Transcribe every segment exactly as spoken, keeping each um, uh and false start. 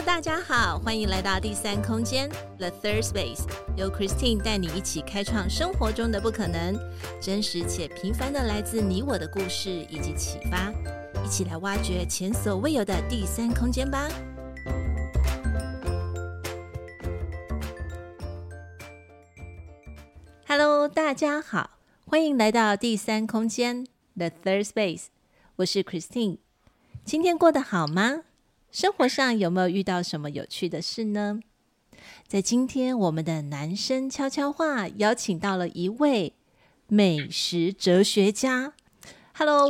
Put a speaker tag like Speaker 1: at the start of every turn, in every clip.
Speaker 1: 大家好，欢迎来到第三空间 The Third Space， 由 Christine 带你一起开创生活中的不可能，真实且平凡的来自你我的故事以及启发，一起来挖掘前所未有的第三空间吧。Hello， 大家好，欢迎来到第三空间 The Third Space， 我是 Christine。今天过得好吗？生活上有没有遇到什么有趣的事呢？在今天我们的男生悄悄话邀请到了一位美食哲学家。 Hello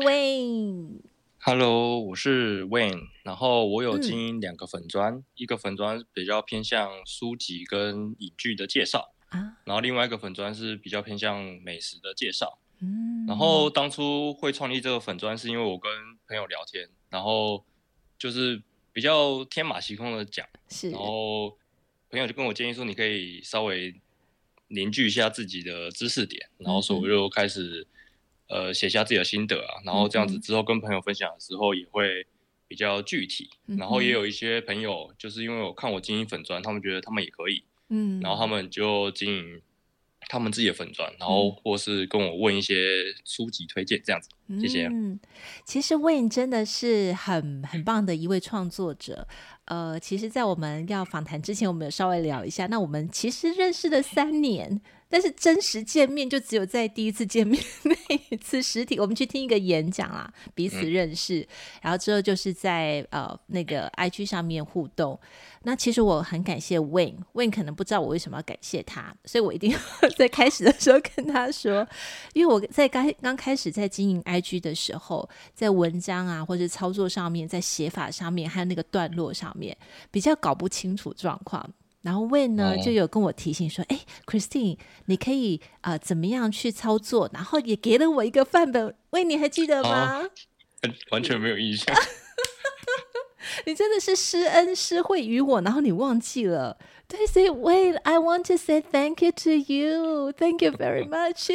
Speaker 1: Wayne。
Speaker 2: Hello， 我是 Wayne， 然后我有经营两个粉专、嗯、一个粉专比较偏向书籍跟影剧的介绍、啊、然后另外一个粉专是比较偏向美食的介绍、嗯、然后当初会创立这个粉专是因为我跟朋友聊天，然后就是比较天马行空的讲，然后朋友就跟我建议说你可以稍微凝聚一下自己的知识点，然后所以我就开始、嗯、呃写下自己的心得啊，然后这样子之后跟朋友分享的时候也会比较具体、嗯、然后也有一些朋友就是因为我看我经营粉专，他们觉得他们也可以，嗯，然后他们就经营他们自己的粉专，然后或是跟我问一些书籍推荐这样子、嗯、谢谢。
Speaker 1: 嗯，其实 Wayne 真的是很很棒的一位创作者。呃，其实在我们要访谈之前我们有稍微聊一下，那我们其实认识了三年，但是真实见面就只有在第一次见面那一次实体我们去听一个演讲啦，彼此认识、嗯、然后之后就是在呃那个 I G 上面互动。那其实我很感谢 Wayne Wayne 可能不知道我为什么要感谢他，所以我一定要在开始的时候跟他说，因为我在刚刚开始在经营 I G 的时候，在文章啊或者操作上面，在写法上面还有那个段落上面比较搞不清楚状况，然后 Wayne 呢、哦、就有跟我提醒说，哎 Christine 你可以、呃、怎么样去操作，然后也给了我一个范本。Wayne 你还记得吗？
Speaker 2: 哦、完全没有印象
Speaker 1: 你真的是施恩施惠于我，然后你忘记了。对，所以 Wayne I want to say thank you to you, thank you very much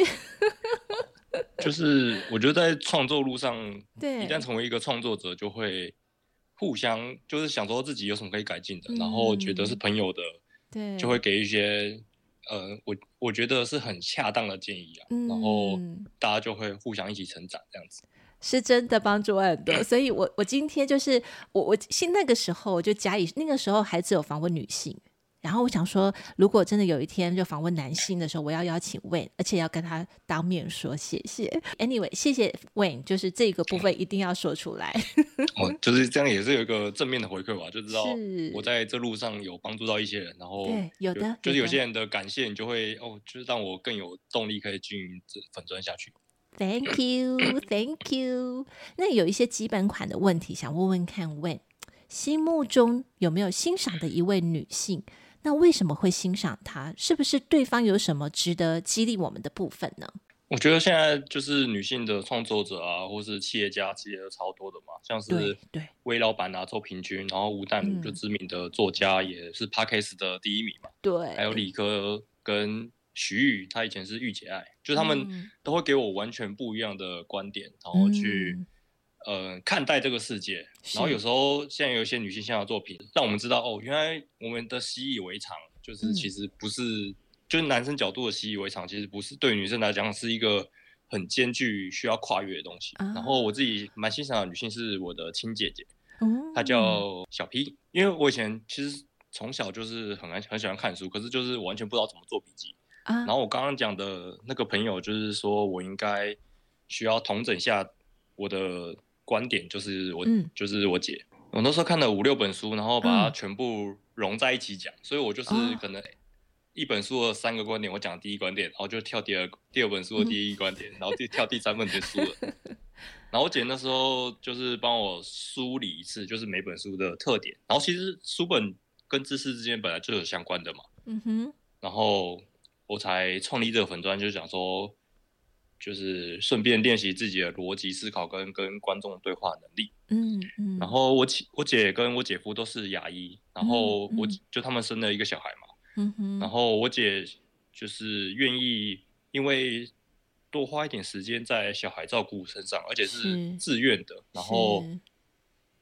Speaker 2: 就是我觉得在创作路上，对，一旦成为一个创作者就会互相就是想说自己有什么可以改进的、嗯、然后觉得是朋友的，对，就会给一些呃，我我觉得是很恰当的建议啊、嗯、然后大家就会互相一起成长，这样子
Speaker 1: 是真的帮助我很多。所以我我今天就是我我现那个时候我就假以那个时候还只有访问女性，然后我想说如果真的有一天就访问男性的时候，我要邀请 Wayne， 而且要跟他当面说谢谢。 Anyway 谢谢 Wayne， 就是这个部分一定要说出来
Speaker 2: 哦，就是这样也是有一个正面的回馈吧，就知道我在这路上有帮助到一些人，然后
Speaker 1: 对有的
Speaker 2: 就是有些人的感谢你就会哦，就是让我更有动力可以经营粉专下去。
Speaker 1: Thank you, thank you 那有一些基本款的问题想问问看 Wayne， 心目中有没有欣赏的一位女性？那为什么会欣赏她？是不是对方有什么值得激励我们的部分呢？
Speaker 2: 我觉得现在就是女性的创作者啊，或是企业家其实超多的嘛，像是微老板啊、周平君，然后吴淡如就知名的作家、嗯、也是 Podcast 的第一名嘛，对，还有理科跟徐玉，他以前是御姐爱，就是他们都会给我完全不一样的观点，然后去、嗯、呃看待这个世界。然后有时候现在有一些女性向的作品，让我们知道哦，原来我们的习以为常，就是其实不是、嗯、就是男生角度的习以为常，其实不是对女生来讲是一个很艰巨需要跨越的东西。啊、然后我自己蛮欣赏的女性是我的亲姐姐，嗯、她叫小 P， 因为我以前其实从小就是很很喜欢看书，可是就是完全不知道怎么做笔记。啊、然后我刚刚讲的那个朋友就是说我应该需要统整一下我的观点，就是我、嗯、就是我姐，我那时候看了五六本书，然后把它全部融在一起讲、嗯、所以我就是可能一本书的三个观点我讲第一观点，然后就跳第二第二本书的第一观点、嗯、然后跳第三本结束了然后我姐那时候就是帮我梳理一次就是每本书的特点，然后其实书本跟知识之间本来就有相关的嘛，嗯哼，然后我才创立这个粉专，就是讲说就是顺便练习自己的逻辑思考跟跟观众对话能力。嗯嗯。然后我我姐跟我姐夫都是牙医，然后我、嗯嗯、就他们生了一个小孩嘛。嗯哼。然后我姐就是愿意因为多花一点时间在小孩照顾身上，而且是自愿的。然后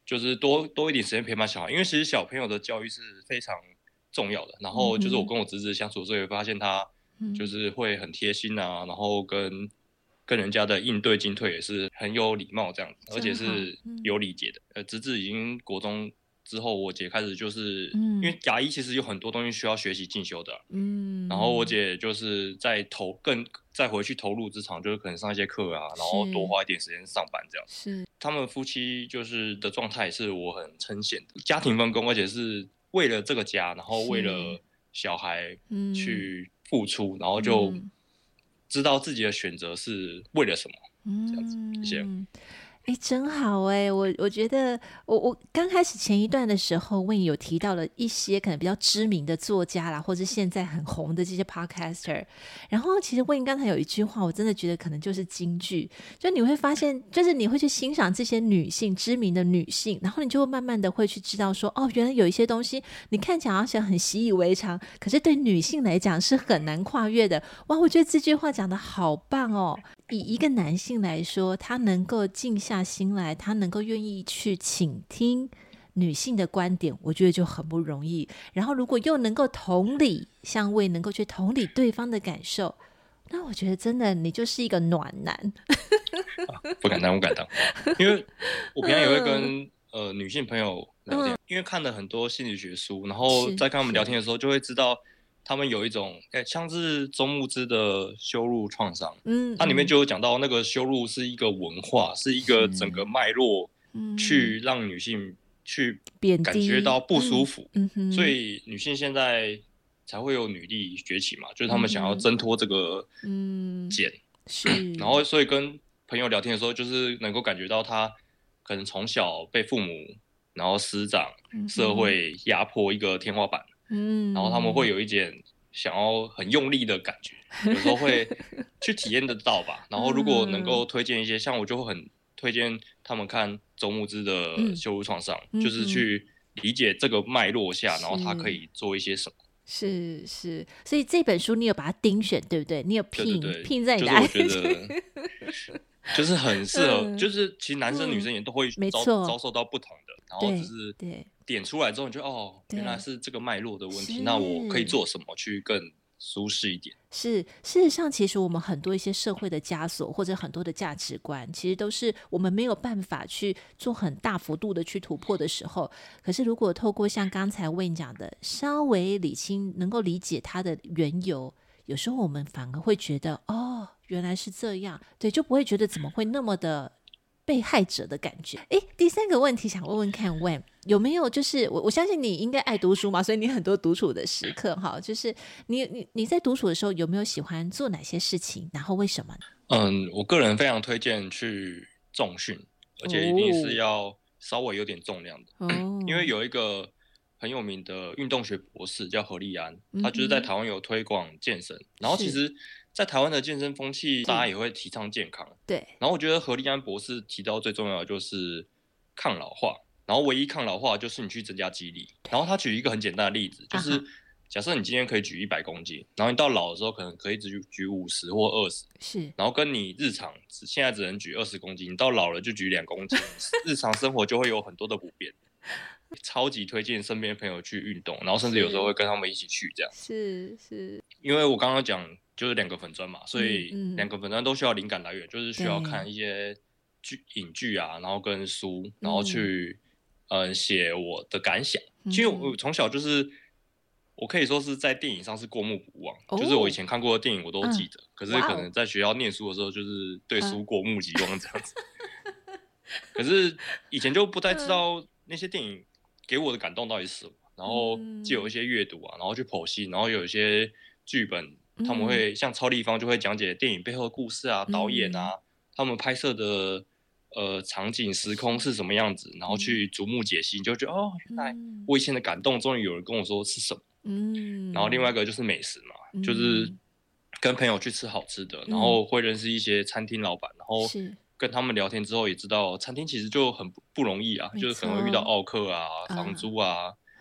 Speaker 2: 就是多多一点时间陪伴小孩，因为其实小朋友的教育是非常重要的。然后就是我跟我侄子相处的时候，也发现他就是会很贴心啊，然后跟跟人家的应对进退也是很有礼貌这样子，而且是有礼节的。呃，侄子已经国中之后，我姐开始就是、嗯、因为牙医其实有很多东西需要学习进修的、啊，嗯，然后我姐就是在投更再回去投入职场，就是可能上一些课啊，然后多花一点时间上班这样。是，他们夫妻就是的状态是我很称羡的，家庭分工，而且是为了这个家，然后为了小孩去付出，然后就知道自己的选择是为了什么，嗯、这样子。谢谢。
Speaker 1: 哎，真好哎！我我觉得，我我刚开始前一段的时候，Wayne有提到了一些可能比较知名的作家啦，或者现在很红的这些 podcaster。然后，其实Wayne刚才有一句话，我真的觉得可能就是金句，就你会发现，就是你会去欣赏这些女性，知名的女性，然后你就会慢慢的会去知道说，哦，原来有一些东西你看起来好像很习以为常，可是对女性来讲是很难跨越的。哇，我觉得这句话讲得好棒哦！以一个男性来说，他能够静下心来，他能够愿意去倾听女性的观点，我觉得就很不容易。然后如果又能够同理，像Wayne能够去同理对方的感受，那我觉得真的你就是一个暖男。
Speaker 2: 啊、不敢当不敢当，因为我平常也会跟、嗯、呃女性朋友聊天、嗯、因为看了很多心理学书，然后在跟他们聊天的时候就会知道他们有一种、欸、像是周慕姿的羞辱创伤，嗯，它里面就有讲到那个羞辱是一个文化，是一个整个脉络去让女性去感觉到不舒服，嗯嗯、所以女性现在才会有女力崛起嘛，就是他们想要挣脱这个茧、嗯、是，然后所以跟朋友聊天的时候，就是能够感觉到他可能从小被父母然后师长、嗯、社会压迫一个天花板，嗯，然后他们会有一点想要很用力的感觉，有时候会去体验得到吧。然后如果能够推荐一些，像我就会很推荐他们看周慕姿的《羞辱创伤》，嗯，就是去理解这个脉络下，然后他可以做一些什么。
Speaker 1: 是是，所以这本书你有把它丁选，对不对？你有拼
Speaker 2: 对对对
Speaker 1: 拼在你的爱
Speaker 2: 情，就是我觉得就是很适合，嗯、就是其实男生女生也都会遭、嗯、遭受到不同的，然后只是点出来之后，你就哦，原来是这个脉络的问题，那我可以做什么去更舒适一点？
Speaker 1: 是，事实上，其实我们很多一些社会的枷锁或者很多的价值观，其实都是我们没有办法去做很大幅度的去突破的时候。可是，如果透过像刚才Wayne讲的，稍微理清，能够理解它的缘由，有时候我们反而会觉得，哦，原来是这样，对，就不会觉得怎么会那么的被害者的感觉。诶，第三个问题想问问看 Wayne 有没有就是我我相信你应该爱读书嘛，所以你很多独处的时刻哈，就是你你你在独处的时候有没有喜欢做哪些事情，然后为什么呢？
Speaker 2: 嗯，我个人非常推荐去重训，而且一定是要稍微有点重量的，哦、因为有一个很有名的运动学博士叫何立安，他就是在台湾有推广健身，嗯、然后其实在台湾的健身风气，大家也会提倡健康，对。然后我觉得何立安博士提到最重要的就是抗老化，然后唯一抗老化就是你去增加肌力。然后他举一个很简单的例子，就是假设你今天可以举一百公斤，然后你到老的时候可能可以只举举五十或二十，是。然后跟你日常现在只能举二十公斤，你到老了就举两公斤，日常生活就会有很多的不便。超级推荐身边的朋友去运动，然后甚至有时候会跟他们一起去这样。是是，因为我刚刚讲就是两个粉专嘛，所以两个粉专都需要灵感来源，嗯嗯、就是需要看一些剧、影剧啊，然后跟书，然后去嗯写、呃、我的感想。其实我从小就是我可以说是在电影上是过目不忘，哦、就是我以前看过的电影我都记得，嗯、可是可能在学校念书的时候就是对书过目即忘这样子。嗯、可是以前就不太知道那些电影给我的感动到底是什么，然后藉由一些阅读啊，然后去剖析，然后有一些剧本，他们会、嗯、像超立方就会讲解电影背后的故事啊，导演啊，嗯、他们拍摄的呃场景时空是什么样子，然后去逐幕解析，你就觉得哦，原来我以前的感动终于有人跟我说是什么。嗯，然后另外一个就是美食嘛，嗯、就是跟朋友去吃好吃的，嗯、然后会认识一些餐厅老板，然后跟他们聊天之后也知道餐厅其实就很不容易啊，就是可能会遇到奥客啊、房租啊，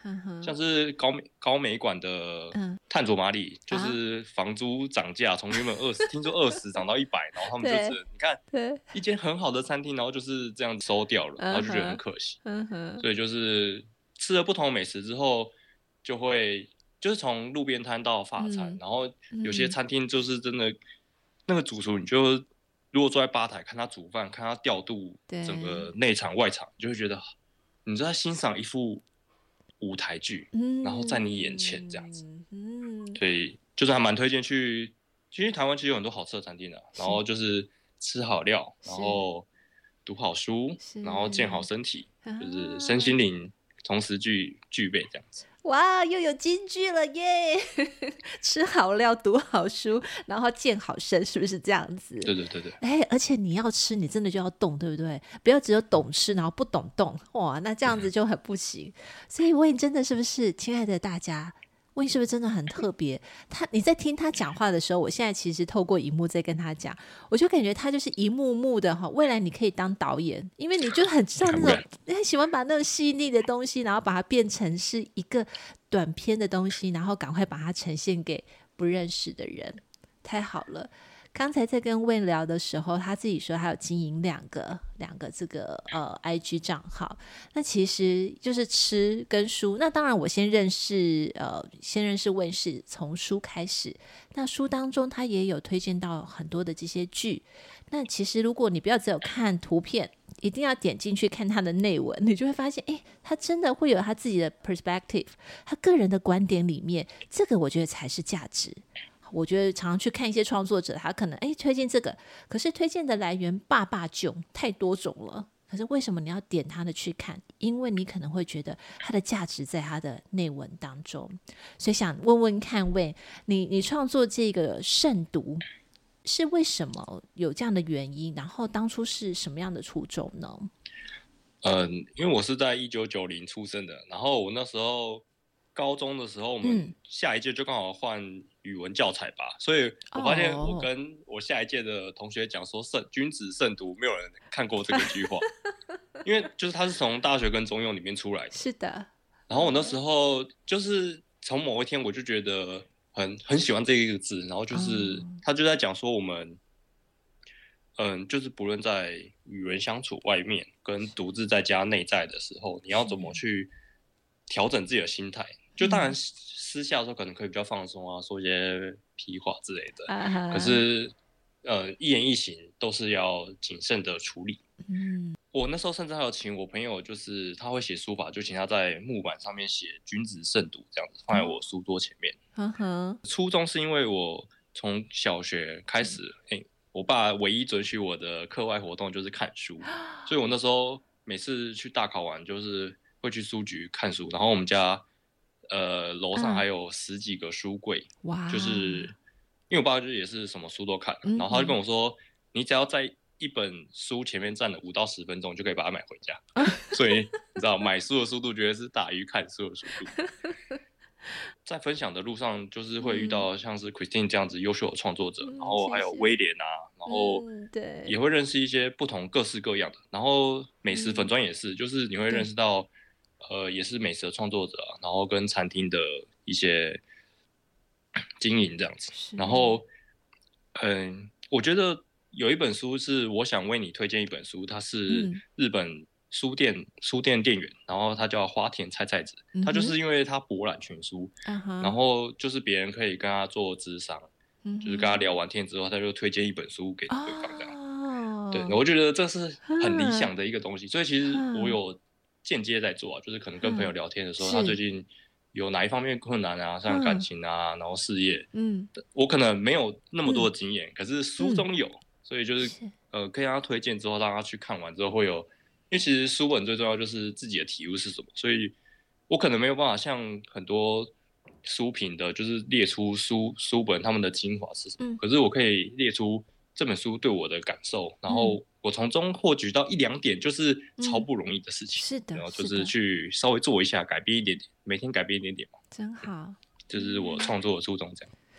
Speaker 2: 像是高美高美馆的炭佐麻里，就是房租涨价从原本二十，听说二十涨到一百，然后他们就只能你看一间很好的餐厅，然后就是这样收掉了，然后就觉得很可惜。所以就是吃了不同美食之后，就会就是从路边摊到法餐，然后有些餐厅就是真的那个主厨，你就如果坐在吧台看他煮饭，看他调度整个内场外场，你就会觉得你就在欣赏一副舞台剧，然后在你眼前这样子，嗯，所以就是还蛮推荐去。其实台湾其实有很多好吃的餐厅的、啊，然后就是吃好料，然后读好书，然后健好身体，就是身心灵同时具具备这样子。
Speaker 1: 哇，又有金句了耶！吃好料，读好书，然后健好身，是不是这样子？
Speaker 2: 对对对对。
Speaker 1: 哎，而且你要吃，你真的就要动，对不对？不要只有懂吃，然后不懂动，哇，那这样子就很不行。所以Wayne真的是不是，亲爱的大家？Wayne是不是真的很特别？他你在听他讲话的时候，我现在其实透过荧幕在跟他讲，我就感觉他就是一幕幕的哈。未来你可以当导演，因为你就很知道那种，你很喜欢把那种细腻的东西，然后把它变成是一个短篇的东西，然后赶快把它呈现给不认识的人，太好了。刚才在跟Wayne聊的时候，他自己说他有经营两个两个这个呃 I G 账号，那其实就是吃跟书。那当然我先认识呃先认识Wayne是从书开始，那书当中他也有推荐到很多的这些剧。那其实如果你不要只有看图片，一定要点进去看他的内文，你就会发现诶他真的会有他自己的 perspective， 他个人的观点里面，这个我觉得才是价值。我觉得常常去看一些创作者，他可能哎推荐这个，可是推荐的来源爸爸囧太多种了。可是为什么你要点他的去看？因为你可能会觉得他的价值在他的内文当中。所以想问问看Wayne，你你创作这个慎独是为什么有这样的原因？然后当初是什么样的初衷呢？
Speaker 2: 嗯，因为我是在一九九零出生的，然后我那时候高中的时候，我们下一届就刚好换语文教材吧，嗯、所以我发现我跟我下一届的同学讲说慎君子慎独，没有人看过这个句话，因为就是他是从大学跟中庸里面出来的。
Speaker 1: 是的。
Speaker 2: 然后我那时候就是从某一天我就觉得很很喜欢这一个字，然后就是他就在讲说我们，嗯，就是不论在与人相处外面跟独自在家内在的时候，你要怎么去调整自己的心态。就当然私下的时候可能可以比较放松啊，说一些屁话之类的， uh-huh. 可是呃一言一行都是要谨慎的处理。嗯，我那时候甚至还有请我朋友，就是他会写书法，就请他在木板上面写君子慎独这样子放在我书桌前面。Uh-huh. 初衷是因为我从小学开始、欸、我爸唯一准许我的课外活动就是看书，所以我那时候每次去大考完就是会去书局看书，然后我们家呃楼上还有十几个书柜、嗯、就是因为我爸就也是什么书都看、嗯、然后他就跟我说，你只要在一本书前面站了五到十分钟就可以把它买回家、嗯、所以你知道买书的速度绝对是大于看书的速度。在分享的路上就是会遇到像是 Christine 这样子优秀的创作者、嗯、然后还有威廉啊，然后也会认识一些不同各式各样的，然后美食粉专也是、嗯、就是你会认识到呃，也是美食的创作者、啊、然后跟餐厅的一些经营这样子。然后嗯，我觉得有一本书是我想为你推荐一本书，它是日本书店、嗯、书店店员，然后他叫花田菜菜子、嗯、他就是因为他博览群书、嗯、然后就是别人可以跟他做咨商、嗯、就是跟他聊完天之后他就推荐一本书给对方这样、哦、对，我觉得这是很理想的一个东西、嗯、所以其实我有间接在做啊，就是可能跟朋友聊天的时候、嗯、他最近有哪一方面困难啊，像感情啊、嗯、然后事业，嗯，我可能没有那么多的经验、嗯、可是书中有、嗯、所以就是呃，可以让他推荐之后让他去看完之后会有，因为其实书本最重要就是自己的体悟是什么，所以我可能没有办法像很多书评的就是列出书书本他们的精华是什么、嗯、可是我可以列出这本书对我的感受，然后我从中获取到一两点就是超不容易的事情、嗯、是的，然后就是去稍微做一下改变一点点，每天改变一点点嘛，
Speaker 1: 真好，
Speaker 2: 就是我创作的初衷这样。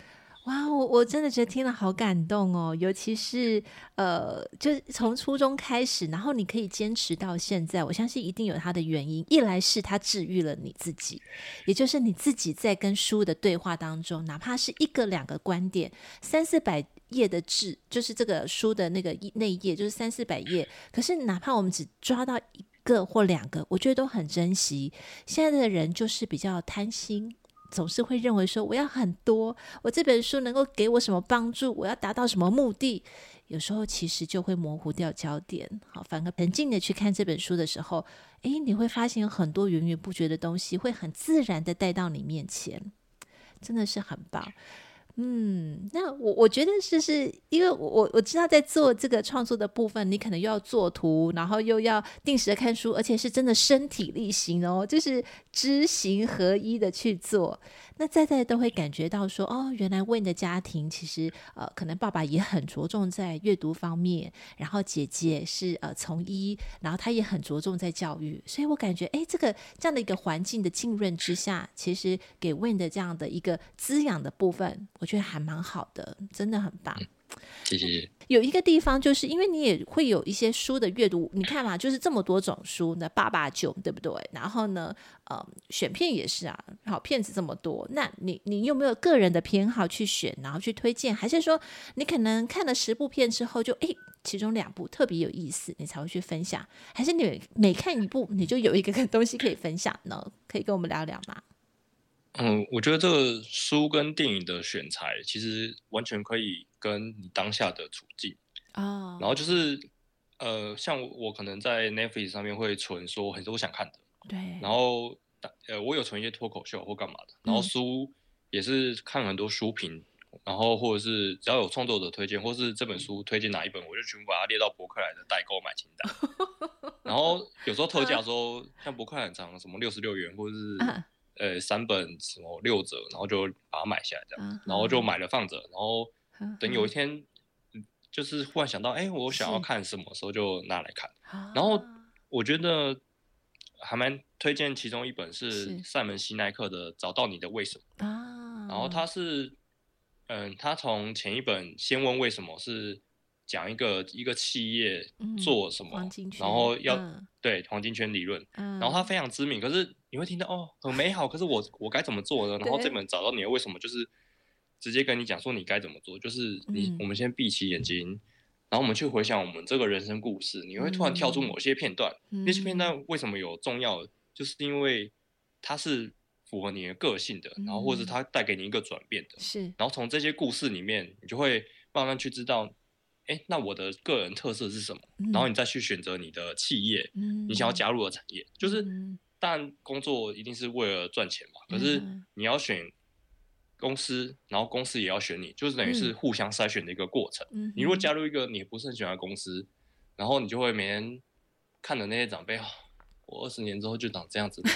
Speaker 1: 哇，我我真的觉得听了好感动哦，尤其是呃，就是从初中开始，然后你可以坚持到现在，我相信一定有它的原因。一来是它治愈了你自己，也就是你自己在跟书的对话当中，哪怕是一个两个观点，三四百页的字，就是这个书的那个内页，就是三四百页，可是哪怕我们只抓到一个或两个，我觉得都很珍惜。现在的人就是比较贪心。总是会认为说我要很多，我这本书能够给我什么帮助，我要达到什么目的，有时候其实就会模糊掉焦点。好，反而沉静的去看这本书的时候，诶，你会发现有很多源源不绝的东西会很自然的带到你面前，真的是很棒。嗯，那我我觉得是是因为我我知道在做这个创作的部分，你可能又要做图，然后又要定时的看书，而且是真的身体力行哦，就是知行合一的去做。那在在都会感觉到说，哦，原来Wayne的家庭其实呃，可能爸爸也很着重在阅读方面，然后姐姐是呃从医，然后他也很着重在教育，所以我感觉，哎，这个这样的一个环境的浸润之下，其实给Wayne的这样的一个滋养的部分，我觉得还蛮好的，真的很棒。
Speaker 2: 谢谢。
Speaker 1: 有一个地方就是因为你也会有一些书的阅读，你看嘛，就是这么多种书呢，八八九，对不对？然后呢，呃，选片也是啊，好，片子这么多，那你你有没有个人的偏好去选，然后去推荐？还是说你可能看了十部片之后就，就哎，其中两部特别有意思，你才会去分享？还是你每看一部，你就有一个东西可以分享呢？可以跟我们聊聊吗？
Speaker 2: 嗯，我觉得这个书跟电影的选材其实完全可以跟你当下的处境哦。然后就是，呃，像我可能在 Netflix 上面会存说很多想看的，
Speaker 1: 对。
Speaker 2: 然后呃，我有存一些脱口秀或干嘛的，然后书也是看很多书评，然后或者是只要有创作者推荐，或是这本书推荐哪一本，我就全部把它列到博客来的代购买清单。然后有时候特价的时候，像博客来很长，什么六十六元或者是。啊呃，三本什么六折，然后就把它买下来这样子， uh-huh. 然后就买了放着，然后等有一天， uh-huh. 就是忽然想到，哎、欸，我想要看什么时候就拿来看。然后我觉得还蛮推荐其中一本是塞门西奈克的《找到你的为什么》啊，然后他是，嗯、呃，他从前一本《先问为什么》是讲一个一个企业做什么，嗯、然后要、嗯、对黄金圈理论、嗯，然后他非常知名，可是你会听到哦很美好，可是我我该怎么做呢？然后这本找到你的为什么就是直接跟你讲说你该怎么做，就是你、嗯、我们先闭起眼睛，然后我们去回想我们这个人生故事，你会突然跳出某些片段，嗯、那些片段为什么有重要？就是因为它是符合你的个性的，然后或者是它带给你一个转变的，是，然后从这些故事里面，你就会慢慢去知道。哎，那我的个人特色是什么？嗯、然后你再去选择你的企业，嗯、你想要加入的产业，就是、嗯、当然工作一定是为了赚钱嘛，可是你要选公司，然后公司也要选你，就是等于是互相筛选的一个过程。嗯、你如果加入一个你不是很喜欢的公司，然后你就会每天看着那些长辈，我二十年之后就长这样子。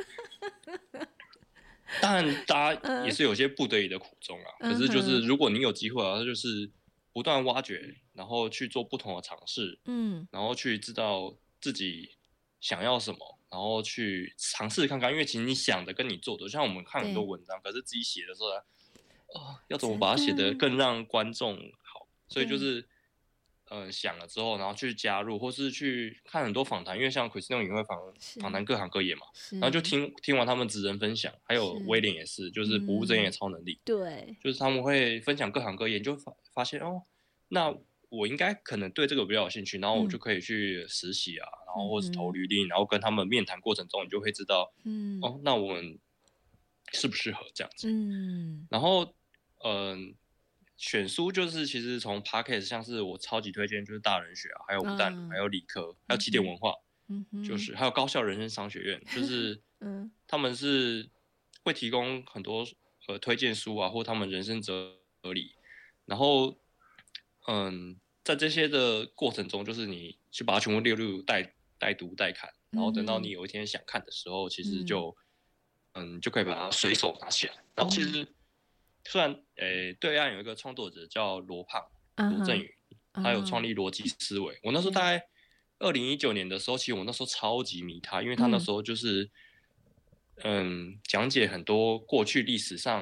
Speaker 2: 当然，大家也是有些不得已的苦衷啊。可是就是如果你有机会啊，就是不断挖掘，然后去做不同的尝试，嗯，然后去知道自己想要什么，然后去尝试看看。因为其实你想的跟你做的，像我们看很多文章，可是自己写的时候，哦，要怎么把它写得更让观众好？所以就是，呃，想了之后，然后去加入，或是去看很多访谈，因为像 Christine 也会访访谈各行各业嘛，然后就听听完他们职人分享，还有威廉也是，就是不务正业的超能力，嗯、对，就是他们会分享各行各业，你就发发现哦。那我应该可能对这个比较有兴趣，然后我就可以去实习啊，嗯、然后或是投履历，然后跟他们面谈过程中，你就会知道，嗯，哦，那我们适不适合这样子，嗯，然后，嗯、呃，选书就是其实从 Podcast 像是我超级推荐，就是大人学啊，还有吴淡如，还有理科，还有起点文化，嗯，就是还有高校人生商学院，就是，嗯，他们是会提供很多呃推荐书啊，或他们人生哲理，然后。嗯，在这些的过程中，就是你去把它全部列入带带读带看，然后等到你有一天想看的时候，嗯、其实就嗯就可以把它随手拿起来。然后其实虽然诶对岸有一个创作者叫罗胖罗振宇，他有创立逻辑思维。我那时候大概二零一九年的时候，其实我那时候超级迷他，因为他那时候就是嗯讲解很多过去历史上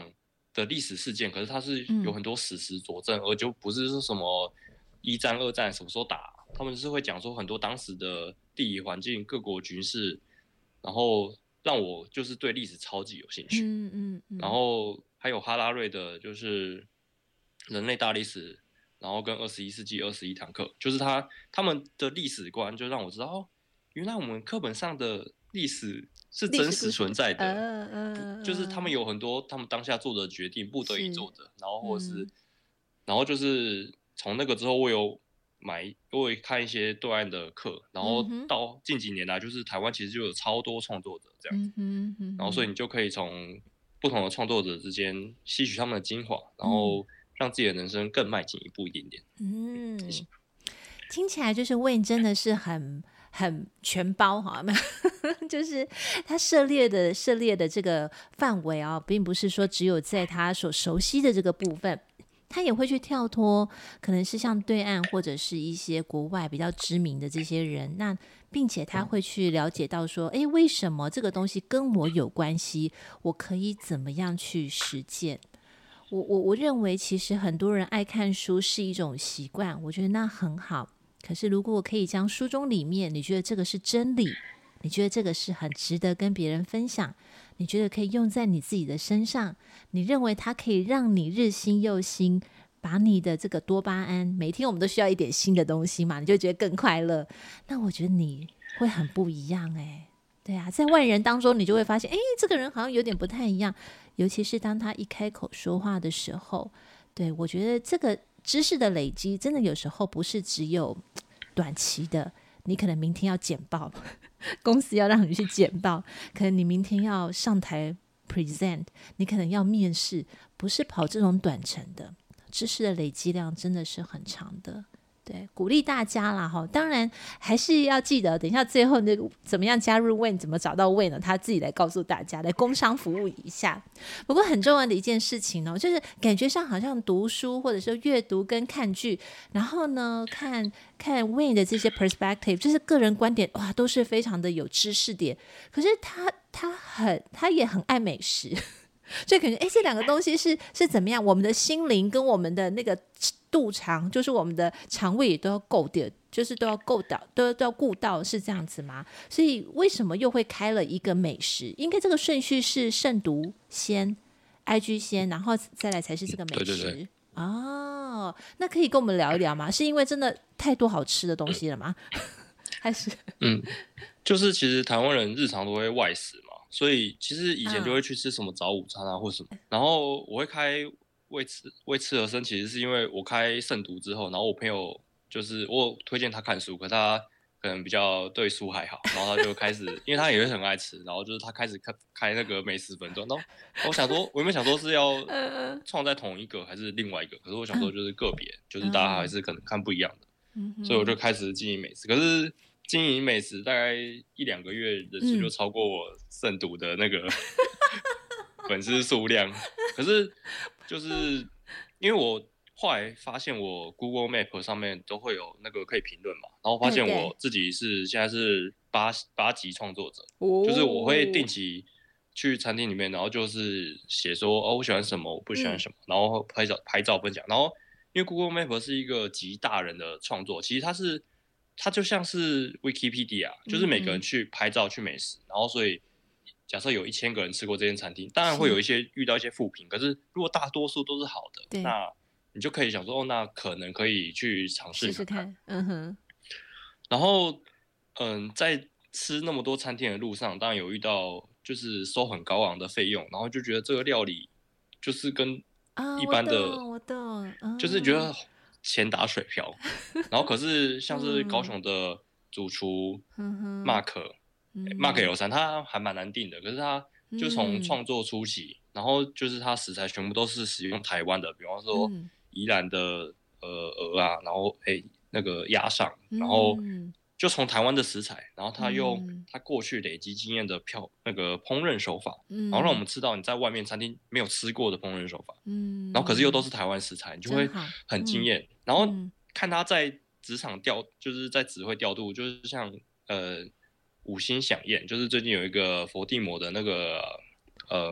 Speaker 2: 的历史事件，可是它是有很多史实佐证，嗯、而就不是说什么一战、二战什么时候打，他们是会讲说很多当时的地理环境、各国军事，然后让我就是对历史超级有兴趣。
Speaker 1: 嗯嗯嗯。
Speaker 2: 然后还有哈拉瑞的，就是人类大历史，然后跟二十一世纪二十一堂课，就是他他们的历史观，就让我知道哦，原来我们课本上的历史是真实存在的，
Speaker 1: 呃呃、
Speaker 2: 就是他们有很多他们当下做的决定，不得已做的，然后或者是，嗯、然后就是从那个之后，我有买，我有看一些对岸的课，然后到近几年来，就是台湾其实就有超多创作者这样子，嗯嗯、然后所以你就可以从不同的创作者之间吸取他们的精华，然后让自己的人生更迈进一步一点点。
Speaker 1: 嗯，听起来就是 Wayne 真的是很很全包哈，就是他涉猎的涉猎的这个范围啊，并不是说只有在他所熟悉的这个部分，他也会去跳脱，可能是像对岸或者是一些国外比较知名的这些人，那并且他会去了解到说，哎，为什么这个东西跟我有关系？我可以怎么样去实践？我我我认为，其实很多人爱看书是一种习惯，我觉得那很好。可是如果我可以将书中里面，你觉得这个是真理，你觉得这个是很值得跟别人分享，你觉得可以用在你自己的身上，你认为它可以让你日新又新，把你的这个多巴胺，每天我们都需要一点新的东西嘛，你就觉得更快乐，那我觉得你会很不一样哎、欸。对啊，在万人当中你就会发现，哎，这个人好像有点不太一样，尤其是当他一开口说话的时候，对，我觉得这个知识的累积真的有时候不是只有短期的，你可能明天要简报，公司要让你去简报，可能你明天要上台 present， 你可能要面试，不是跑这种短程的，知识的累积量真的是很长的。对，鼓励大家啦哈，当然还是要记得，等一下最后那个怎么样加入 Wayne， 怎么找到 Wayne 呢？他自己来告诉大家，来工商服务一下。不过很重要的一件事情呢，就是感觉上好像读书或者说阅读跟看剧，然后呢看看 Wayne 的这些 perspective， 就是个人观点，哇，都是非常的有知识点。可是他他很他也很爱美食。所以感觉哎，这两个东西是是怎么样？我们的心灵跟我们的那个肚肠，就是我们的肠胃也都要够的，就是都要够到，都都要顾到，是这样子吗？所以为什么又会开了一个美食？应该这个顺序是慎独先 ，I G 先，然后再来才是这个美食。
Speaker 2: 对对对。
Speaker 1: 哦，那可以跟我们聊一聊吗？是因为真的太多好吃的东西了吗？还是
Speaker 2: 嗯，就是其实台湾人日常都会外食嘛。所以其实以前就会去吃什么早午餐啊或什么，然后我会开为吃为吃而生，其实是因为我开慎独之后，然后我朋友就是我推荐他看书，可他可能比较对书还好，然后他就开始，因为他也会很爱吃，然后就是他开始开开那个美食本段，然后我想说，我有没有想说是要创在同一个还是另外一个？可是我想说就是个别，就是大家还是可能看不一样的，所以我就开始经营美食，可是。经营美食大概一两个月，人数就超过我慎独的那个粉丝数量。可是就是因为我后来发现，我 Google Map 上面都会有那个可以评论嘛，然后发现我自己是现在是八八级创作者，哦、就是我会定期去餐厅里面，然后就是写说哦我喜欢什么，我不喜欢什么，嗯、然后拍照拍照分享。然后因为 Google Map 是一个集大人的创作，其实它是。它就像是 Wikipedia， 就是每个人去拍照去美食，嗯、然后所以假设有一千个人吃过这间餐厅，当然会有一些遇到一些负评，可是如果大多数都是好的，那你就可以想说，哦，那可能可以去尝试看看。嗯哼。然后，嗯，在吃那么多餐厅的路上，当然有遇到就是收很高昂的费用，然后就觉得这个料理就是跟一般的，
Speaker 1: 啊、我懂，我懂，
Speaker 2: 就是觉得。钱打水漂，然后可是像是高雄的主厨 Mark，Mark、嗯、Mark L 三，他还蛮难定的，可是他就从创作初期，嗯、然后就是他食材全部都是使用台湾的，比方说宜兰的呃鹅啊，然后哎那个鸭上，然后就从台湾的食材，然后他用他过去累积经验的漂那个烹饪手法，嗯、然后让我们吃到你在外面餐厅没有吃过的烹饪手法，嗯、然后可是又都是台湾食材，你就会很惊艳。嗯、然后看他在职场调，就是在指挥调度，就是像呃五星响宴，就是最近有一个佛地魔的那个呃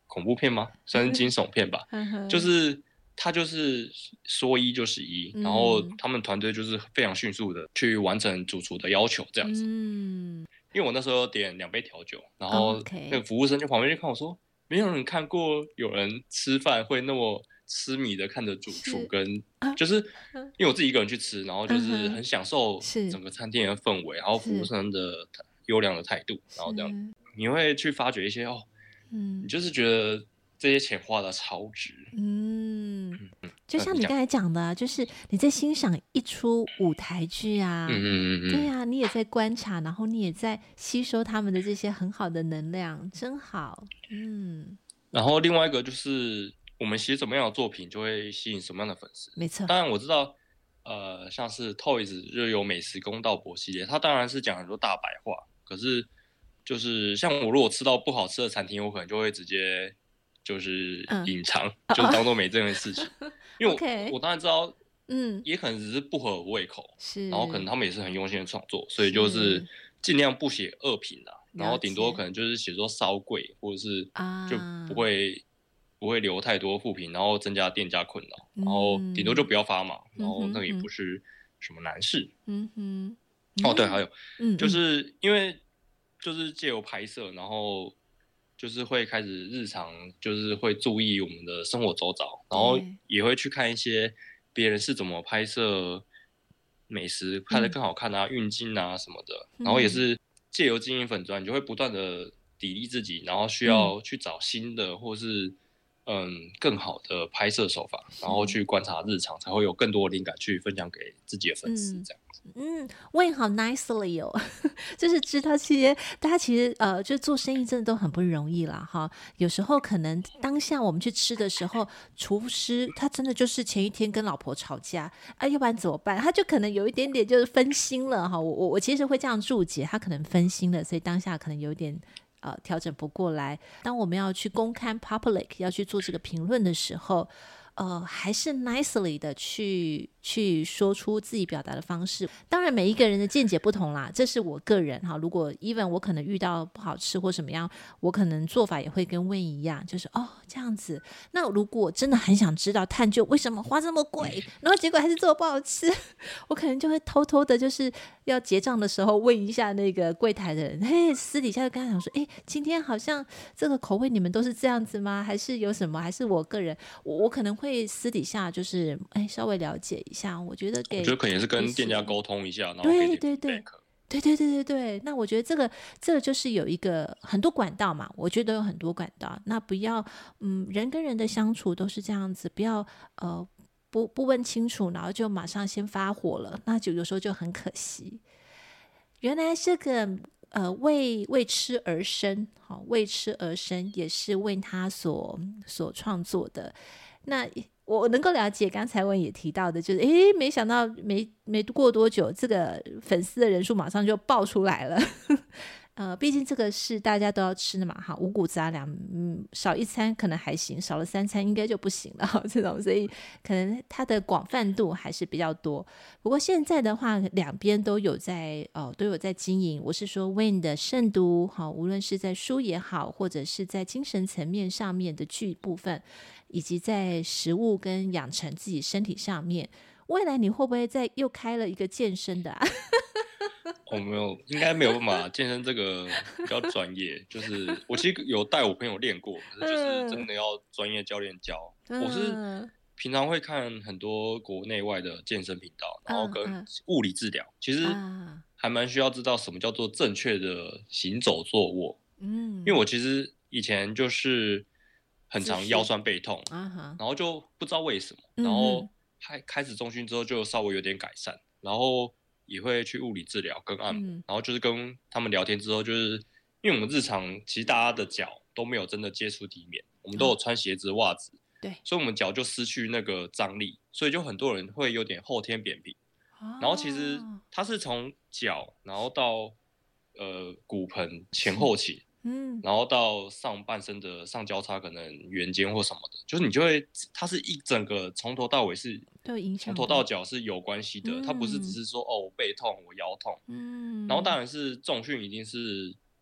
Speaker 2: 恐怖片吗？算是惊悚片吧。就是他就是说一就是一，然后他们团队就是非常迅速的去完成主厨的要求，这样子。嗯，因为我那时候点两杯调酒，然后那个服务生就旁边就看我说，没有人看过有人吃饭会那么痴迷的看着主厨跟，就是因为我自己一个人去吃，然后就是很享受整个餐厅的氛围，然后服务生的优良的态度，然后这样你会去发掘一些哦，嗯，你就是觉得这些钱花的超值。
Speaker 1: 嗯，就像你刚才讲的，就是你在欣赏一出舞台剧啊，嗯嗯嗯，对啊，你也在观察，然后你也在吸收他们的这些很好的能量，真好。嗯，
Speaker 2: 然后另外一个就是我们写什么样的作品，就会吸引什么样的粉丝。
Speaker 1: 没错。
Speaker 2: 当然我知道，呃，像是 Toys 就有美食公道伯系列，它当然是讲很多大白话，可是就是像我如果吃到不好吃的餐厅，我可能就会直接就是隐藏，嗯、就是当做没这件事情。因为我, okay. 我当然知道，嗯，也可能只是不合我胃口，是，然后可能他们也是很用心的创作，所以就是尽量不写恶评啦，然后顶多可能就是写说稍贵，或者是就不会、啊、不会留太多负评，然后增加店家困扰，然后顶多就不要发嘛，嗯、然后那个也不是什么难事。嗯哼，哦对，还有，嗯，就是因为就是借由拍摄，然后就是会开始日常就是会注意我们的生活周遭，然后也会去看一些别人是怎么拍摄美食拍得更好看啊、运镜啊什么的，然后也是借由经营粉专，你就会不断的砥砺自己，然后需要去找新的或是嗯更好的拍摄手法，然后去观察日常，才会有更多的灵感去分享给自己的粉丝这样。
Speaker 1: 嗯，问好 nicely 哦，就是知道这些大家其实呃，就做生意真的都很不容易啦哈。有时候可能当下我们去吃的时候，厨师他真的就是前一天跟老婆吵架啊，要不然怎么办？他就可能有一点点就是分心了哈。我我我其实会这样注解，他可能分心了，所以当下可能有点呃调整不过来。当我们要去公开 public 要去做这个评论的时候。呃，还是 nicely 的去去说出自己表达的方式。当然，每一个人的见解不同啦，这是我个人哈。如果 even 我可能遇到不好吃或什么样，我可能做法也会跟 Wayne 一样，就是哦这样子。那如果真的很想知道探究为什么花这么贵，然后结果还是做不好吃，我可能就会偷偷的，就是要结账的时候问一下那个柜台的人，嘿，私底下就跟他讲说，哎，今天好像这个口味你们都是这样子吗？还是有什么？还是我个人，我我可能会。会私底下就是哎稍微了解一下，我觉得给
Speaker 2: 我觉得可能也是跟店家沟通一下，然后
Speaker 1: 对对对对对对对对对。那我觉得这个这个就是有一个很多管道嘛，我觉得有很多管道。那不要嗯人跟人的相处都是这样子，不要呃不不问清楚，然后就马上先发火了，那就有时候就很可惜。原来这个呃为为吃而生，好为吃而生也是为他所所创作的。那我能够了解，刚才Wayne也提到的，就是诶，没想到没没过多久，这个粉丝的人数马上就爆出来了。呃，毕竟这个是大家都要吃的嘛，哈，五谷杂粮，嗯，少一餐可能还行，少了三餐应该就不行了，这种，所以可能它的广泛度还是比较多。不过现在的话，两边都有在哦，都有在经营。我是说 Wayne 的慎独，好，无论是在书也好，或者是在精神层面上面的剧部分，以及在食物跟养成自己身体上面，未来你会不会再又开了一个健身的啊？
Speaker 2: 我、哦、没有，应该没有办法。健身这个比较专业，就是我其实有带我朋友练过，可是就是真的要专业教练教。嗯、我是平常会看很多国内外的健身频道，然后跟物理治疗，嗯嗯、其实还蛮需要知道什么叫做正确的行走坐卧。嗯，因为我其实以前就是很常腰酸背痛，然后就不知道为什么，然后开开始重训之后就稍微有点改善，然后。也会去物理治疗跟按摩、嗯、然后就是跟他们聊天之后，就是因为我们日常其实大家的脚都没有真的接触地面，我们都有穿鞋子袜子，对，所以我们脚就失去那个张力，所以就很多人会有点后天扁平、哦、然后其实它是从脚然后到呃骨盆前后倾，嗯，然后到上半身的上交叉可能圆肩或什么的，就是你就会它是一整个从头到尾是从头到脚是有关系的、嗯、它不是只是说哦我背痛我腰痛，嗯，然后当然是重训一定是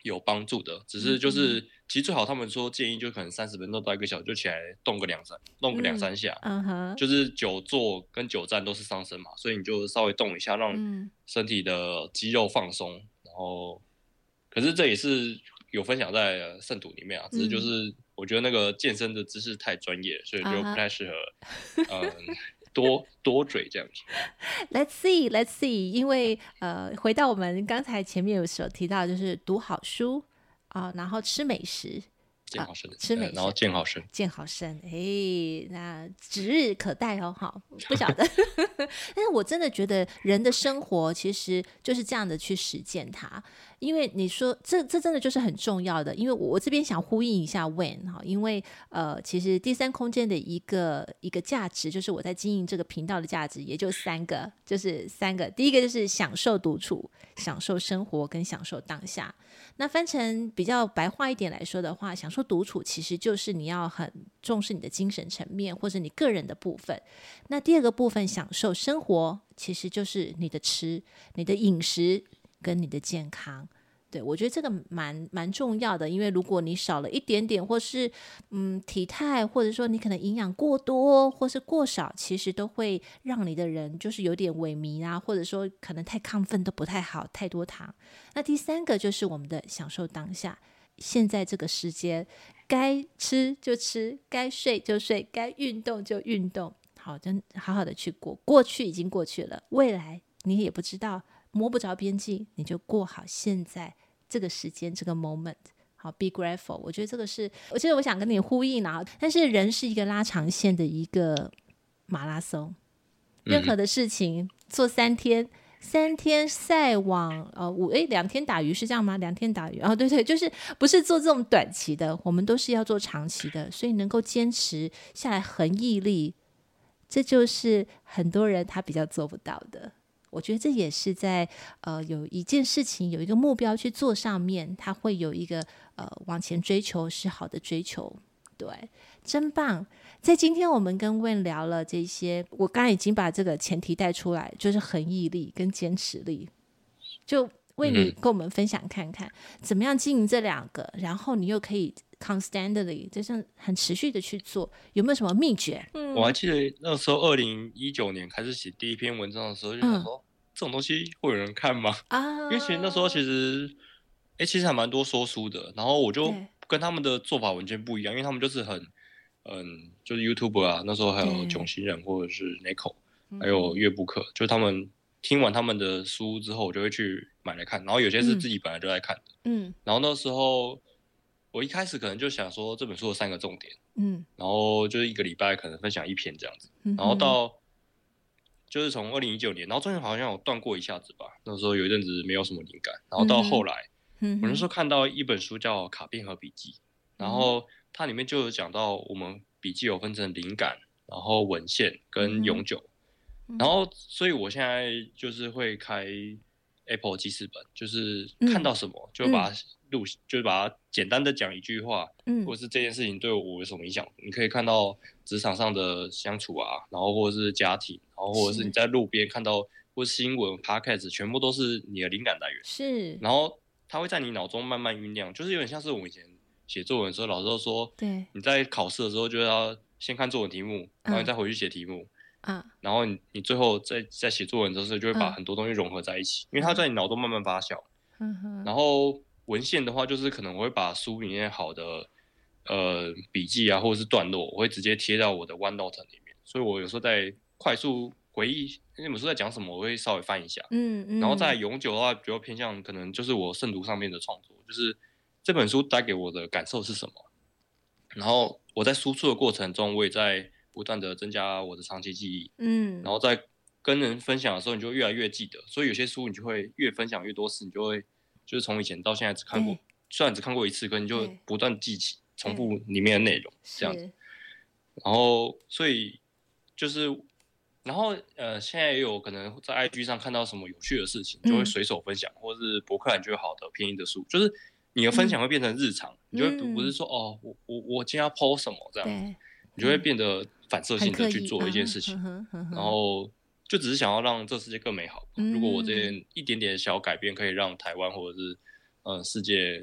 Speaker 2: 有帮助的，只是就是、嗯、其实最好他们说建议就可能三十分钟到一个小时就起来动个两三动个两三下，
Speaker 1: 嗯嗯、
Speaker 2: 就是久坐跟久站都是伤身嘛，所以你就稍微动一下，让身体的肌肉放松，然后可是这也是有分享在圣土里面啊，只是就是我觉得那个健身的知识太专业，所以就不太适合、uh-huh. 嗯多多嘴这样子。
Speaker 1: Let's see, let's see， 因为呃，回到我们刚才前面有所提到，就是读好书啊、呃，然后吃美食，
Speaker 2: 健好身、
Speaker 1: 呃，吃美食，
Speaker 2: 然后健好身，
Speaker 1: 健好身，哎，那指日可待哦，好，不晓得，但是我真的觉得人的生活其实就是这样的去实践它。因为你说这这真的就是很重要的，因为我这边想呼应一下 Wayne 哈，因为呃，其实第三空间的一个一个价值，就是我在经营这个频道的价值，也就三个，就是三个。第一个就是享受独处、享受生活跟享受当下。那翻成比较白话一点来说的话，享受独处其实就是你要很重视你的精神层面或者你个人的部分。那第二个部分享受生活，其实就是你的吃、你的饮食跟你的健康。对，我觉得这个蛮蛮重要的，因为如果你少了一点点，或是嗯体态，或者说你可能营养过多或是过少，其实都会让你的人就是有点萎靡啊，或者说可能太亢奋都不太好，太多糖。那第三个就是我们的享受当下，现在这个时间该吃就吃，该睡就睡，该运动就运动，好，真好好的去过，过去已经过去了，未来你也不知道，摸不着边际，你就过好现在这个时间这个 moment， 好 be grateful。 我觉得这个是我觉得我想跟你呼应啊，但是人是一个拉长线的一个马拉松，任何的事情做三天，三天晒网呃五诶两天打鱼是这样吗？两天打鱼哦，对对，就是不是做这种短期的，我们都是要做长期的，所以能够坚持下来，恒毅力，这就是很多人他比较做不到的。我觉得这也是在呃有一件事情有一个目标去做上面，他会有一个呃往前追求是好的追求，对，真棒。在今天我们跟 Wayne 聊了这些，我刚才已经把这个前提带出来，就是恒毅力跟坚持力，就为你跟我们分享看看、嗯、怎么样经营这两个，然后你又可以 constantly 就是很持续的去做，有没有什么秘诀？
Speaker 2: 嗯、我还记得那时候二零一九年开始写第一篇文章的时候，就想说、嗯、这种东西会有人看吗？啊，因为其实那时候其实哎、欸，其实还蛮多说书的，然后我就跟他们的做法完全不一样，因为他们就是很嗯，就是 YouTuber 啊，那时候还有囧星人或者是 Neko 还有乐布克，就他们听完他们的书之后，我就会去买来看，然后有些是自己本来就在看的，嗯，然后那时候我一开始可能就想说这本书的三个重点，嗯，然后就是一个礼拜可能分享一篇这样子，嗯、然后到就是从二零一九年，然后中间好像有断过一下子吧，那时候有一阵子没有什么灵感，然后到后来，嗯、我那时候看到一本书叫《卡片和笔记》，然后它里面就有讲到我们笔记有分成灵感，然后文献跟永久，嗯、然后所以我现在就是会开 Apple 记事本，就是看到什么、嗯、就把它录、嗯，就是把它简单的讲一句话，嗯，或者是这件事情对我有什么影响，你可以看到职场上的相处啊，然后或者是家庭，然后或者是你在路边看到或是新闻 Podcast， 全部都是你的灵感来源，是，然后它会在你脑中慢慢酝酿，就是有点像是我们以前写作文的时候，老师都说，对，你在考试的时候就要先看作文题目，然后你再回去写题目，嗯，然后你你最後在在写作文的时候，就会把很多东西融合在一起，嗯、因为它在你脑中慢慢发酵。嗯、然后文献的话，就是可能我会把书里面好的呃笔记啊，或者是段落，我会直接贴到我的 OneNote 里面，所以我有时候在快速回忆那本书在讲什么，我会稍微翻一下。嗯嗯。然后再永久的话，比较偏向可能就是我圣读上面的创作，就是这本书带给我的感受是什么，然后我在输出的过程中，我也在不断的增加我的长期记忆，嗯，然后在跟人分享的时候，你就越来越记得，所以有些书你就会越分享越多次，你就会就是从以前到现在只看过，虽然只看过一次，可你就不断记起，重复里面的内容，这样子。然后所以就是，然后呃，现在也有可能在 I G 上看到什么有趣的事情，就会随手分享，嗯、或是博客来觉得好的便宜的书，就是你的分享会变成日常，嗯、你就会不是说、嗯、哦，我我我今天要 po 什么这样，你就会变得反射性的去做一件事情，嗯、然后就只是想要让这世界更美好。嗯、如果我这一点点小改变可以让台湾或者是呃世界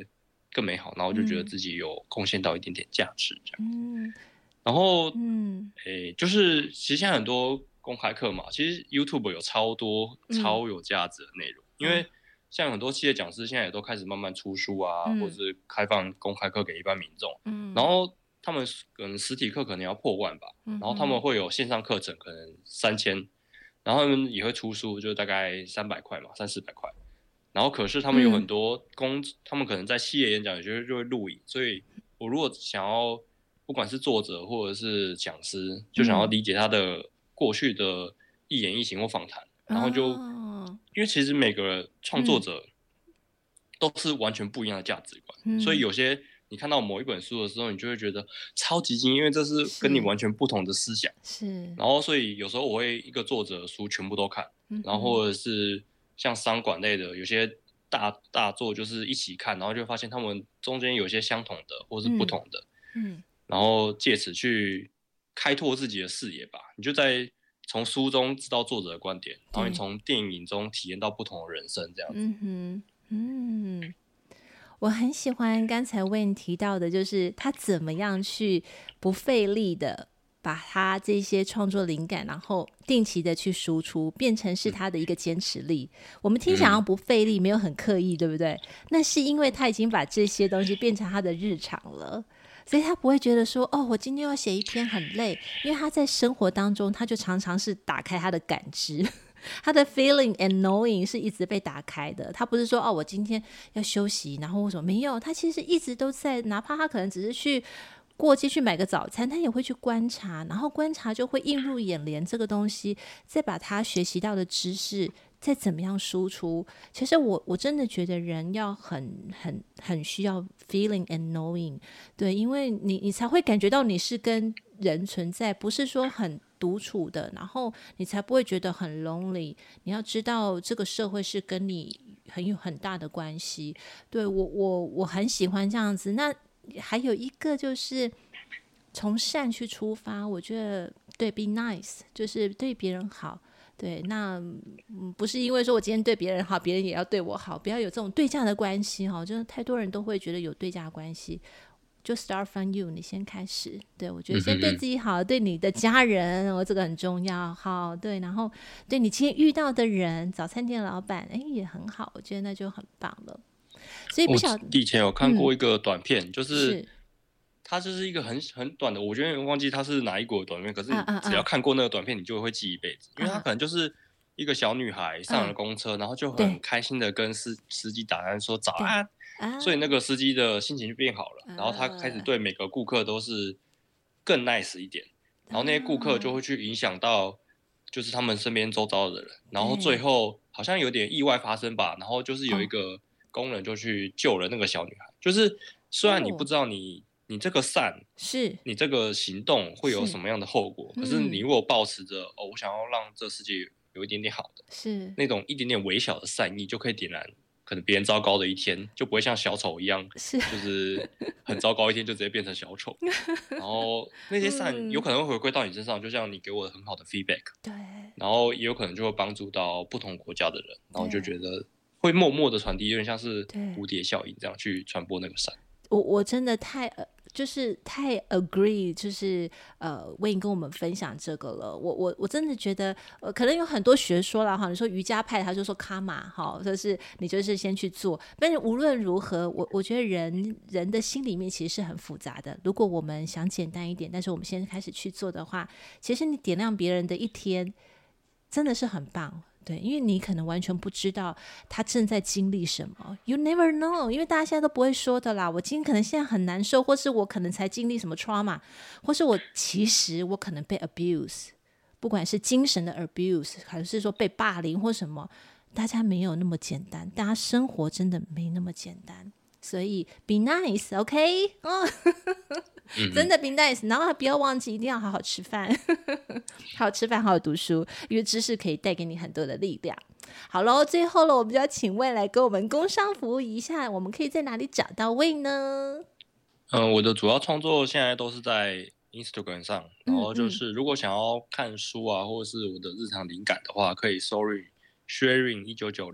Speaker 2: 更美好，然后就觉得自己有贡献到一点点价值这样。
Speaker 1: 嗯，
Speaker 2: 然后，
Speaker 1: 嗯，
Speaker 2: 诶，就是其实现在很多公开课嘛，其实 YouTube 有超多超有价值的内容，嗯、因为像很多企业讲师现在也都开始慢慢出书啊，嗯、或者是开放公开课给一般民众，嗯，然后他们可能实体课可能要破万吧，嗯、然后他们会有线上课程可能三千，然后他们也会出书，就大概三百块嘛，三四百块。然后可是他们有很多公，嗯、他们可能在企业演讲，有些就会录影，所以我如果想要，不管是作者或者是讲师，就想要理解他的过去的一言一行或访谈，嗯、然后就，哦、因为其实每个创作者都是完全不一样的价值观，嗯、所以有些你看到某一本书的时候，你就会觉得超级惊，因为这是跟你完全不同的思想，是，然后所以有时候我会一个作者的书全部都看，嗯、然后或者是像商管类的，有些大大作就是一起看，然后就发现他们中间有些相同的或是不同的，嗯，嗯然后借此去开拓自己的视野吧。你就在从书中知道作者的观点，然后你从电影中体验到不同的人生，这样子。嗯哼，
Speaker 1: 嗯，我很喜欢刚才Wayne提到的，就是他怎么样去不费力的把他这些创作灵感，然后定期的去输出，变成是他的一个坚持力。嗯、我们听起来好像不费力，没有很刻意，对不对？那是因为他已经把这些东西变成他的日常了，所以他不会觉得说，哦，我今天要写一篇很累，因为他在生活当中，他就常常是打开他的感知。他的 feeling and knowing 是一直被打开的，他不是说哦，我今天要休息，然后为什么没有？他其实一直都在，哪怕他可能只是去过街去买个早餐，他也会去观察，然后观察就会映入眼帘这个东西，再把他学习到的知识再怎么样输出。其实我我真的觉得人要很很很需要 feeling and knowing， 对，因为你你才会感觉到你是跟人存在，不是说很独处的，然后你才不会觉得很 lonely。你要知道这个社会是跟你很有很大的关系。对，我我我很喜欢这样子。那还有一个就是从善去出发，我觉得对 be nice 就是对别人好。对，那、嗯、不是因为说我今天对别人好，别人也要对我好，不要有这种对价的关系哈。就是太多人都会觉得有对价关系。就 start from you， 你先开始。对，我觉得先对自己好，嗯、对你的家人，我这个很重要。好，对，然后对你今天遇到的人，早餐店老板，哎，也很好，我觉得那就很棒了。所以不晓得，
Speaker 2: 我以前有看过一个短片，嗯、就是它就是一个很很短的，我觉得忘记它是哪一国的短片，可是你只要看过那个短片，你就会记一辈子，啊啊啊因为它可能就是一个小女孩上了公车，啊、然后就很开心的跟司司机打单说早安。所以那个司机的心情就变好了，然后他开始对每个顾客都是更 nice 一点，然后那些顾客就会去影响到就是他们身边周遭的人，然后最后好像有点意外发生吧，然后就是有一个工人就去救了那个小女孩，就是虽然你不知道你你这个善
Speaker 1: 是
Speaker 2: 你这个行动会有什么样的后果，可是你如果抱持着哦我想要让这世界有一点点好的，是那种一点点微小的善意就可以点燃可能别人糟糕的一天，就不会像小丑一样，是就是很糟糕一天就直接变成小丑。然后那些善有可能会回归到你身上，就像你给我很好的 feedback， 对，然后也有可能就会帮助到不同国家的人，然后就觉得会默默的传递，有点像是蝴蝶效应这样去传播那个善。
Speaker 1: 我我真的太呃。就是太 agree， 就是呃，Wayne 跟我们分享这个了。我我我真的觉得，呃，可能有很多学说啦哈。你说瑜伽派，他就说卡玛哈，就是你就是先去做。但是无论如何，我我觉得人人的心里面其实是很复杂的。如果我们想简单一点，但是我们先开始去做的话，其实你点亮别人的一天，真的是很棒。对，因为你可能完全不知道他正在经历什么 ，You never know， 因为大家现在都不会说的啦。我今天可能现在很难受，或是我可能才经历什么 trauma， 或是我其实我可能被 abuse， 不管是精神的 abuse， 还是说被霸凌或什么，大家没有那么简单，大家生活真的没那么简单。所以 be nice，OK，、okay? 哦真的 be nice， 然后还不要忘记一定要好好吃饭，好好吃饭，好好读书，因为知识可以带给你很多的力量。好咯，最后了，我们就要请Wayne来给我们工商服务一下，我们可以在哪里找到Wayne呢？
Speaker 2: 嗯，我的主要创作现在都是在 Instagram 上，然后就是如果想要看书啊，或者是我的日常灵感的话，可以 sorry sharing 一九九零。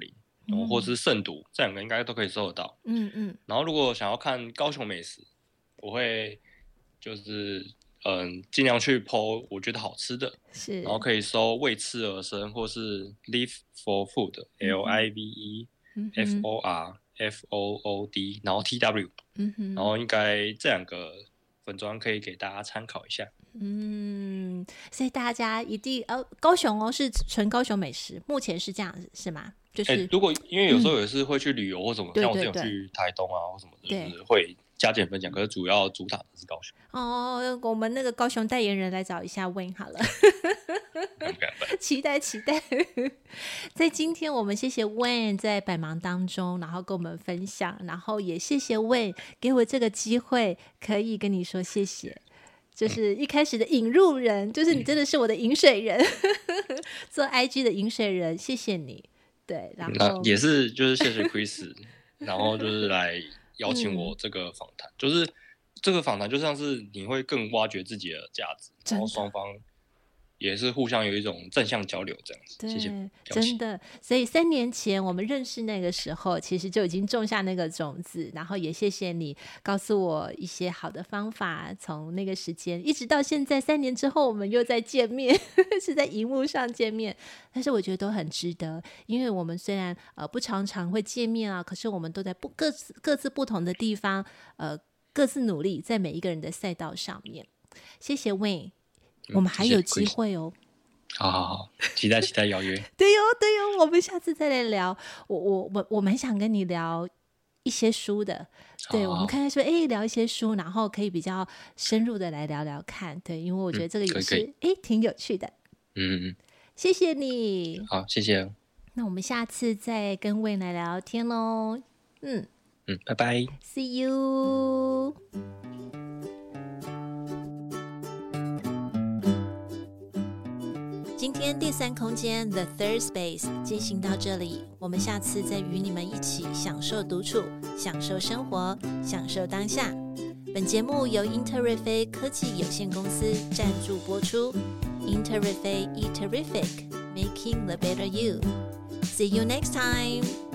Speaker 2: 然后或是圣都，这两个应该都可以搜得到。
Speaker 1: 嗯嗯。
Speaker 2: 然后如果想要看高雄美食，我会就是嗯尽量去 po 我觉得好吃的，
Speaker 1: 是，
Speaker 2: 然后可以搜为吃而生或是 Live for Food、嗯、L I V E、嗯、F O R F O O D， 然后 T W，、嗯、然后应该这两个粉专可以给大家参考一下。
Speaker 1: 嗯，所以大家一定呃，高雄哦是纯高雄美食，目前是这样子是吗？就是、
Speaker 2: 欸、如果因为有时候也是会去旅游或什么，嗯、像我之前去台东啊或什么的，就是会加减分享，可是主要主打的是高雄。
Speaker 1: 哦，我们那个高雄代言人来找一下 Wayne 好了，期待期待。在今天我们谢谢 Wayne 在百忙当中，然后跟我们分享，然后也谢谢 Wayne 给我这个机会，可以跟你说谢谢。就是一开始的引入人，就是你真的是我的引水人，做 I G 的引水人，谢谢你。对，然后
Speaker 2: 也是就是谢谢 Chris， 然后就是来邀请我这个访谈，嗯、就是这个访谈就像是你会更挖掘自己的价值，然后双方也是互相有一种正向交流这样子。谢谢，
Speaker 1: 真的。所以三年前我们认识那个时候，其实就已经种下那个种子，然后也谢谢你告诉我一些好的方法。从那个时间一直到现在，三年之后我们又再见面，是在荧幕上见面，但是我觉得都很值得，因为我们虽然呃不常常会见面啊，可是我们都在不各自各自不同的地方，呃各自努力在每一个人的赛道上面。谢谢 Wayne。我们还有机会哦！
Speaker 2: 好好好，期待期待邀约。
Speaker 1: 对哟对哟，我们下次再来聊。我我我我蛮想跟你聊一些书的，对，我们看看说，哎，聊一些书，然后可以比较深入的来聊聊看，对，因为我觉得这个也是哎、嗯、挺有趣的。
Speaker 2: 嗯嗯，
Speaker 1: 谢谢你。
Speaker 2: 好，谢谢。
Speaker 1: 那我们下次再跟Wayne来聊天喽。嗯
Speaker 2: 嗯，拜拜
Speaker 1: ，See you。今天第三空间 The Third Space 进行到这里，我们下次再与你们一起享受独处，享受生活，享受当下。本节目由英特瑞飞科技有限公司赞助播出。英特瑞飞 E Terrific Making the Better You。See you next time.